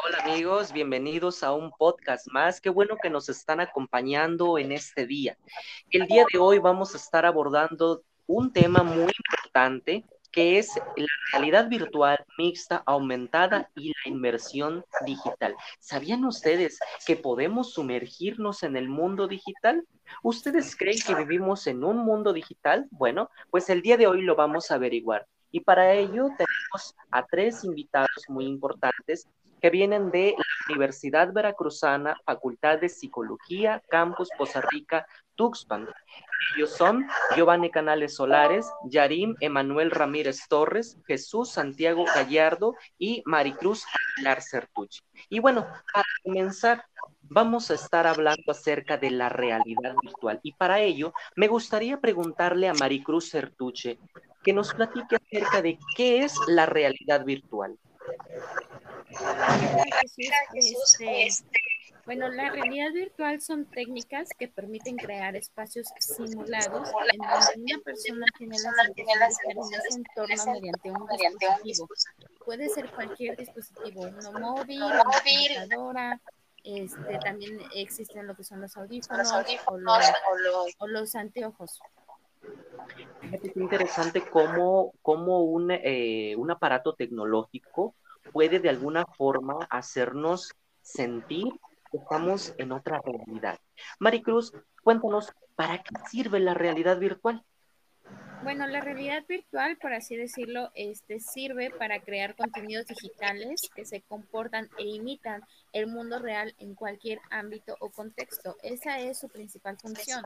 Hola amigos, bienvenidos a un podcast más. Qué bueno que nos están acompañando en este día. El día de hoy vamos a estar abordando un tema muy importante que es la realidad virtual mixta, aumentada y la inmersión digital. ¿Sabían ustedes que podemos sumergirnos en el mundo digital? ¿Ustedes creen que vivimos en un mundo digital? Bueno, pues el día de hoy lo vamos a averiguar. Y para ello tenemos a tres invitados muy importantes que vienen de la Universidad Veracruzana, Facultad de Psicología, Campus Poza Rica, Tuxpan. Ellos son Giovanni Canales Solares, Yarim Emanuel Ramírez Torres, Jesús Santiago Gallardo y Maricruz Aguilar Certuche. Y bueno, para comenzar, vamos a estar hablando acerca de la realidad virtual. Y para ello, me gustaría preguntarle a Maricruz Certuche que nos platique acerca de qué es la realidad virtual. ¿Qué tal, Jesús? Bueno, la realidad virtual son técnicas que permiten crear espacios simulados en donde una persona tiene la sensación de estar en ese entorno mediante un dispositivo. Puede ser cualquier dispositivo, uno móvil, una computadora, también existen lo que son los audífonos o los anteojos. Fíjate qué interesante cómo un aparato tecnológico puede de alguna forma hacernos sentir que estamos en otra realidad. Maricruz, cuéntanos, ¿para qué sirve la realidad virtual? Bueno, la realidad virtual, por así decirlo, sirve para crear contenidos digitales que se comportan e imitan el mundo real en cualquier ámbito o contexto. Esa es su principal función.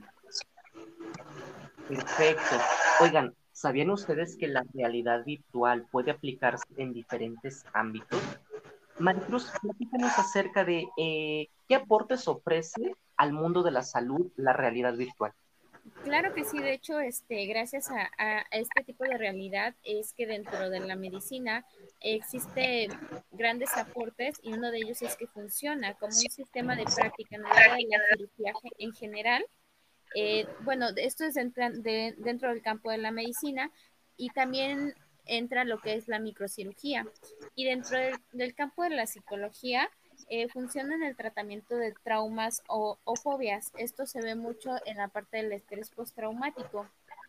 Perfecto. Oigan, ¿sabían ustedes que la realidad virtual puede aplicarse en diferentes ámbitos? Maricruz, platícanos acerca de qué aportes ofrece al mundo de la salud la realidad virtual. Claro que sí, de hecho, gracias a este tipo de realidad es que dentro de la medicina existe grandes aportes y uno de ellos es que funciona como un sistema de práctica en el área de la cirugía en general. Bueno, esto es dentro del campo de la medicina y también entra lo que es la microcirugía. Y dentro del campo de la psicología, funciona en el tratamiento de traumas o fobias. Esto se ve mucho en la parte del estrés postraumático.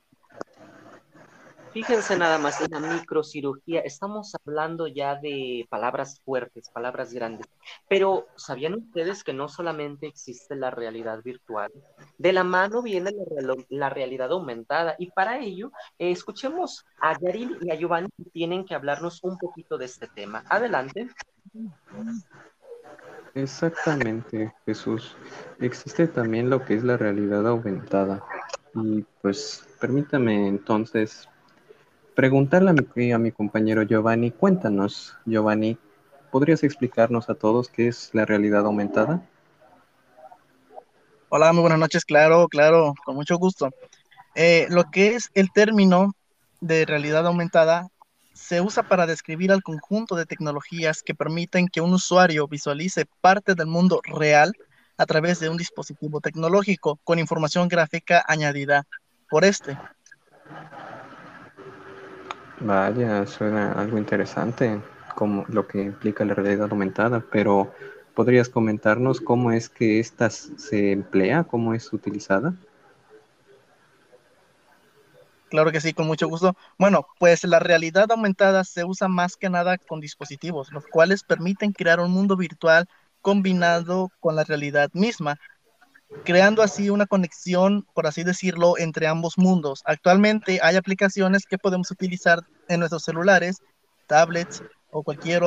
Fíjense nada más, en la microcirugía estamos hablando ya de palabras fuertes, palabras grandes, pero ¿sabían ustedes que no solamente existe la realidad virtual? De la mano viene la realidad aumentada y para ello escuchemos a Yaril y a Giovanni que tienen que hablarnos un poquito de este tema. Adelante. Exactamente, Jesús. Existe también lo que es la realidad aumentada. Y pues permítame entonces preguntarle a mi compañero Giovanni, cuéntanos, Giovanni, ¿podrías explicarnos a todos qué es la realidad aumentada? Hola, muy buenas noches, claro, claro, con mucho gusto. Lo que es el término de realidad aumentada se usa para describir al conjunto de tecnologías que permiten que un usuario visualice parte del mundo real a través de un dispositivo tecnológico con información gráfica añadida por este. Vaya, suena algo interesante, como lo que implica la realidad aumentada, pero ¿podrías comentarnos cómo es que ésta se emplea, cómo es utilizada? Claro que sí, con mucho gusto. Bueno, pues la realidad aumentada se usa más que nada con dispositivos, los cuales permiten crear un mundo virtual combinado con la realidad misma, creando así una conexión, por así decirlo, entre ambos mundos. Actualmente hay aplicaciones que podemos utilizar en nuestros celulares, tablets o cualquier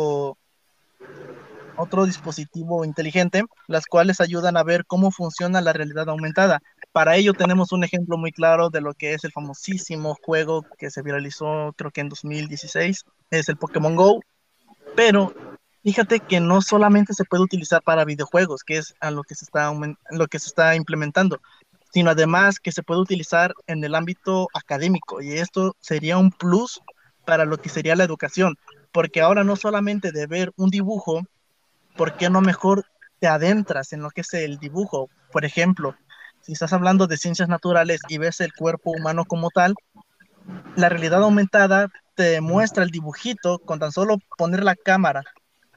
otro dispositivo inteligente, las cuales ayudan a ver cómo funciona la realidad aumentada. Para ello tenemos un ejemplo muy claro de lo que es el famosísimo juego que se viralizó creo que en 2016, es el Pokémon Go, pero fíjate que no solamente se puede utilizar para videojuegos, que es a lo que lo que se está implementando, sino además que se puede utilizar en el ámbito académico y esto sería un plus para lo que sería la educación, porque ahora no solamente de ver un dibujo, ¿por qué no mejor te adentras en lo que es el dibujo? Por ejemplo, si estás hablando de ciencias naturales y ves el cuerpo humano como tal, la realidad aumentada te muestra el dibujito con tan solo poner la cámara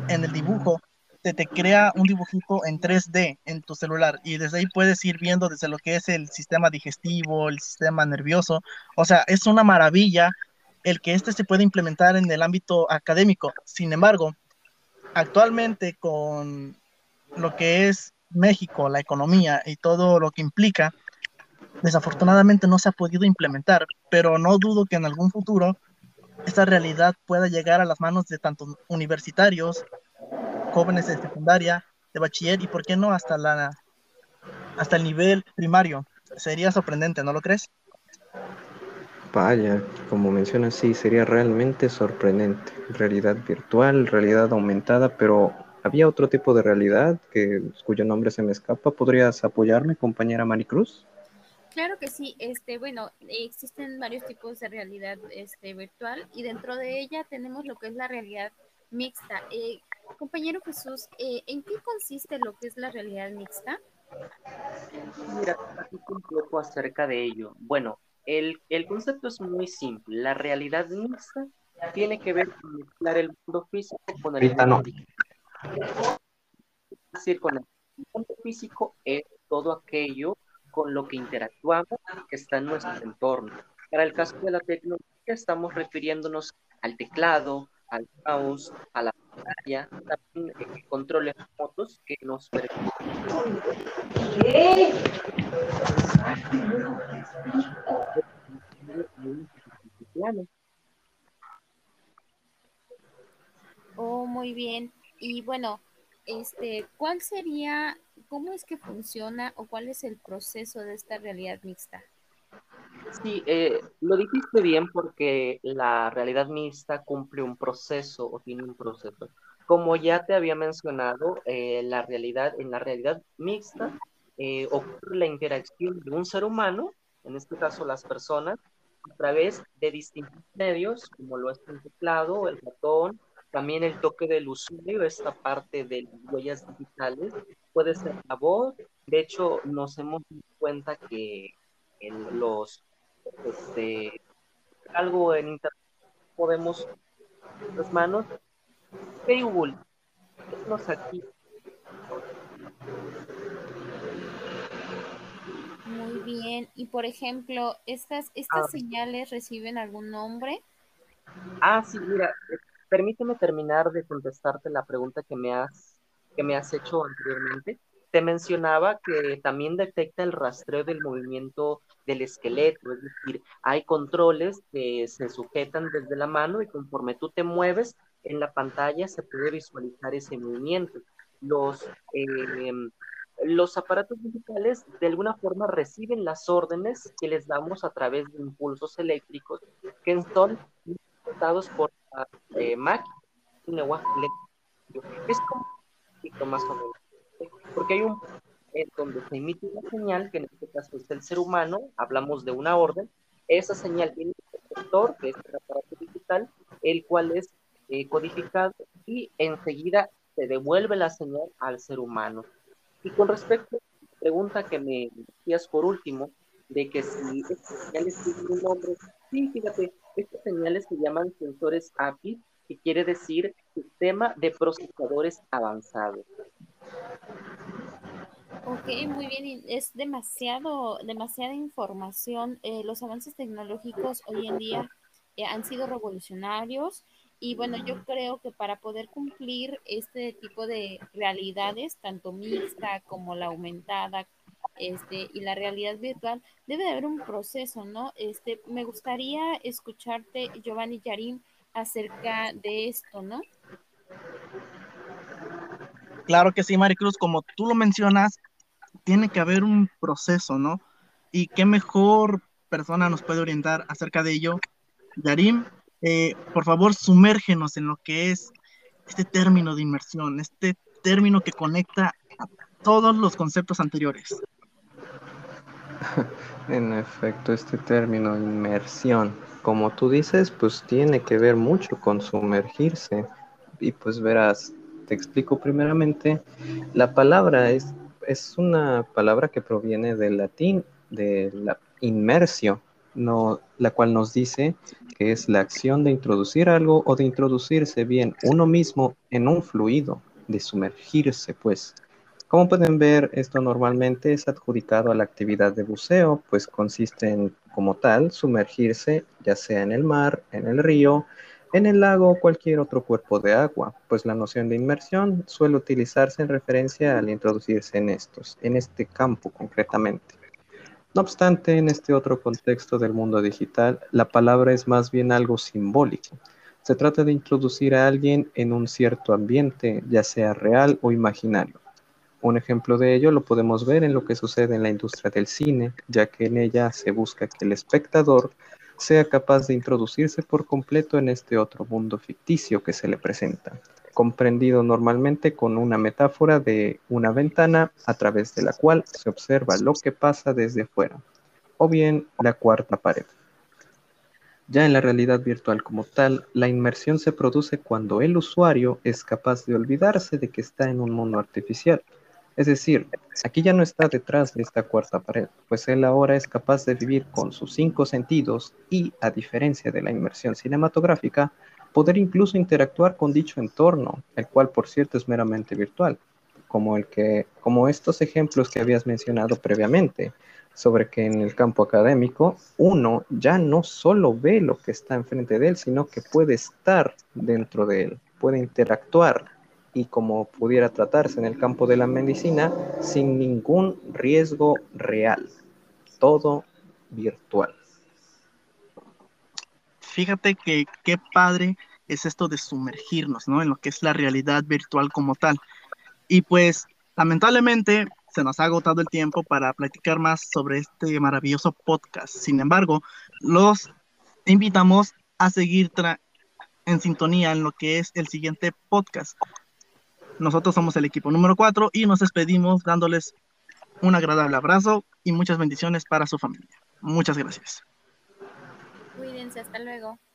en el dibujo, te crea un dibujito en 3D en tu celular y desde ahí puedes ir viendo desde lo que es el sistema digestivo, el sistema nervioso. O sea, es una maravilla el que este se puede implementar en el ámbito académico. Sin embargo, actualmente con lo que es México, la economía y todo lo que implica, desafortunadamente no se ha podido implementar, pero no dudo que en algún futuro esta realidad pueda llegar a las manos de tantos universitarios, jóvenes de secundaria, de bachiller y, ¿por qué no?, hasta el nivel primario. Sería sorprendente, ¿no lo crees? Vaya, como mencionas, sí, sería realmente sorprendente. Realidad virtual, realidad aumentada, pero ¿había otro tipo de realidad cuyo nombre se me escapa? ¿Podrías apoyarme, compañera Maricruz? Claro que sí, bueno, existen varios tipos de realidad virtual y dentro de ella tenemos lo que es la realidad mixta. Compañero Jesús, ¿en qué consiste lo que es la realidad mixta? Mira, te platico un poco acerca de ello. Bueno, el concepto es muy simple. La realidad mixta tiene que ver con mezclar el mundo físico con el Ahorita mundo no. digital. Es decir, con el mundo físico es todo aquello con lo que interactuamos que está en nuestro entorno. Para el caso de la tecnología, estamos refiriéndonos al teclado, al mouse, a la pantalla, también controles remotos que nos permiten. Oh, muy bien. Y bueno, ¿cuál sería, cómo es que funciona o cuál es el proceso de esta realidad mixta? Sí, lo dijiste bien porque la realidad mixta cumple un proceso o tiene un proceso. Como ya te había mencionado, en la realidad mixta ocurre la interacción de un ser humano, en este caso las personas, a través de distintos medios, como lo es el teclado, el ratón, también el toque del usuario, esta parte de las huellas digitales, puede ser la voz. De hecho, nos hemos dado cuenta que los este, algo en internet podemos las manos. Hey Google, ponnos aquí. Muy bien. Y por ejemplo, Ah, estas señales reciben algún nombre. sí, mira, permíteme terminar de contestarte la pregunta que me has hecho anteriormente. Te mencionaba que también detecta el rastreo del movimiento del esqueleto, es decir, hay controles que se sujetan desde la mano y conforme tú te mueves en la pantalla se puede visualizar ese movimiento. Los, eh, los aparatos digitales de alguna forma reciben las órdenes que les damos a través de impulsos eléctricos que son dados por la máquina, un lenguaje eléctrico. Es como un poquito más o menos, ¿sí? Porque hay un en donde se emite una señal, que en este caso es el ser humano, hablamos de una orden, esa señal tiene un receptor, que es el aparato digital, el cual es codificado y enseguida se devuelve la señal al ser humano. Y con respecto a la pregunta que me decías por último, de que si estas señales tienen un nombre, sí, fíjate, estas señales se llaman sensores API, que quiere decir Sistema de Procesadores Avanzados. Ok, muy bien. Y es demasiada información. Los avances tecnológicos hoy en día han sido revolucionarios y bueno, yo creo que para poder cumplir este tipo de realidades, tanto mixta como la aumentada, y la realidad virtual, debe de haber un proceso, ¿no? Me gustaría escucharte, Giovanni Yarim, acerca de esto, ¿no? Claro que sí, Maricruz, como tú lo mencionas, tiene que haber un proceso, ¿no? Y qué mejor persona nos puede orientar acerca de ello. Yarim, por favor, sumérgenos en lo que es este término de inmersión, este término que conecta a todos los conceptos anteriores. En efecto, este término inmersión, como tú dices, pues tiene que ver mucho con sumergirse. Y pues verás, te explico primeramente, la palabra es una palabra que proviene del latín, de la inmersio, la cual nos dice que es la acción de introducir algo o de introducirse bien uno mismo en un fluido, de sumergirse, pues. Como pueden ver, esto normalmente es adjudicado a la actividad de buceo, pues consiste en, como tal, sumergirse ya sea en el mar, en el río, en el lago o cualquier otro cuerpo de agua, pues la noción de inmersión suele utilizarse en referencia al introducirse en este campo concretamente. No obstante, en este otro contexto del mundo digital, la palabra es más bien algo simbólico. Se trata de introducir a alguien en un cierto ambiente, ya sea real o imaginario. Un ejemplo de ello lo podemos ver en lo que sucede en la industria del cine, ya que en ella se busca que el espectador sea capaz de introducirse por completo en este otro mundo ficticio que se le presenta, comprendido normalmente con una metáfora de una ventana a través de la cual se observa lo que pasa desde fuera, o bien la cuarta pared. Ya en la realidad virtual como tal, la inmersión se produce cuando el usuario es capaz de olvidarse de que está en un mundo artificial. Es decir, aquí ya no está detrás de esta cuarta pared, pues él ahora es capaz de vivir con sus 5 sentidos y, a diferencia de la inmersión cinematográfica, poder incluso interactuar con dicho entorno, el cual por cierto es meramente virtual, como estos ejemplos que habías mencionado previamente, sobre que en el campo académico uno ya no solo ve lo que está enfrente de él, sino que puede estar dentro de él, puede interactuar y como pudiera tratarse en el campo de la medicina, sin ningún riesgo real, todo virtual. Fíjate que qué padre es esto de sumergirnos, ¿no? En lo que es la realidad virtual como tal. Y pues, lamentablemente, se nos ha agotado el tiempo para platicar más sobre este maravilloso podcast. Sin embargo, los invitamos a seguir en sintonía en lo que es el siguiente podcast. Nosotros somos el equipo número 4 y nos despedimos dándoles un agradable abrazo y muchas bendiciones para su familia. Muchas gracias. Cuídense, hasta luego.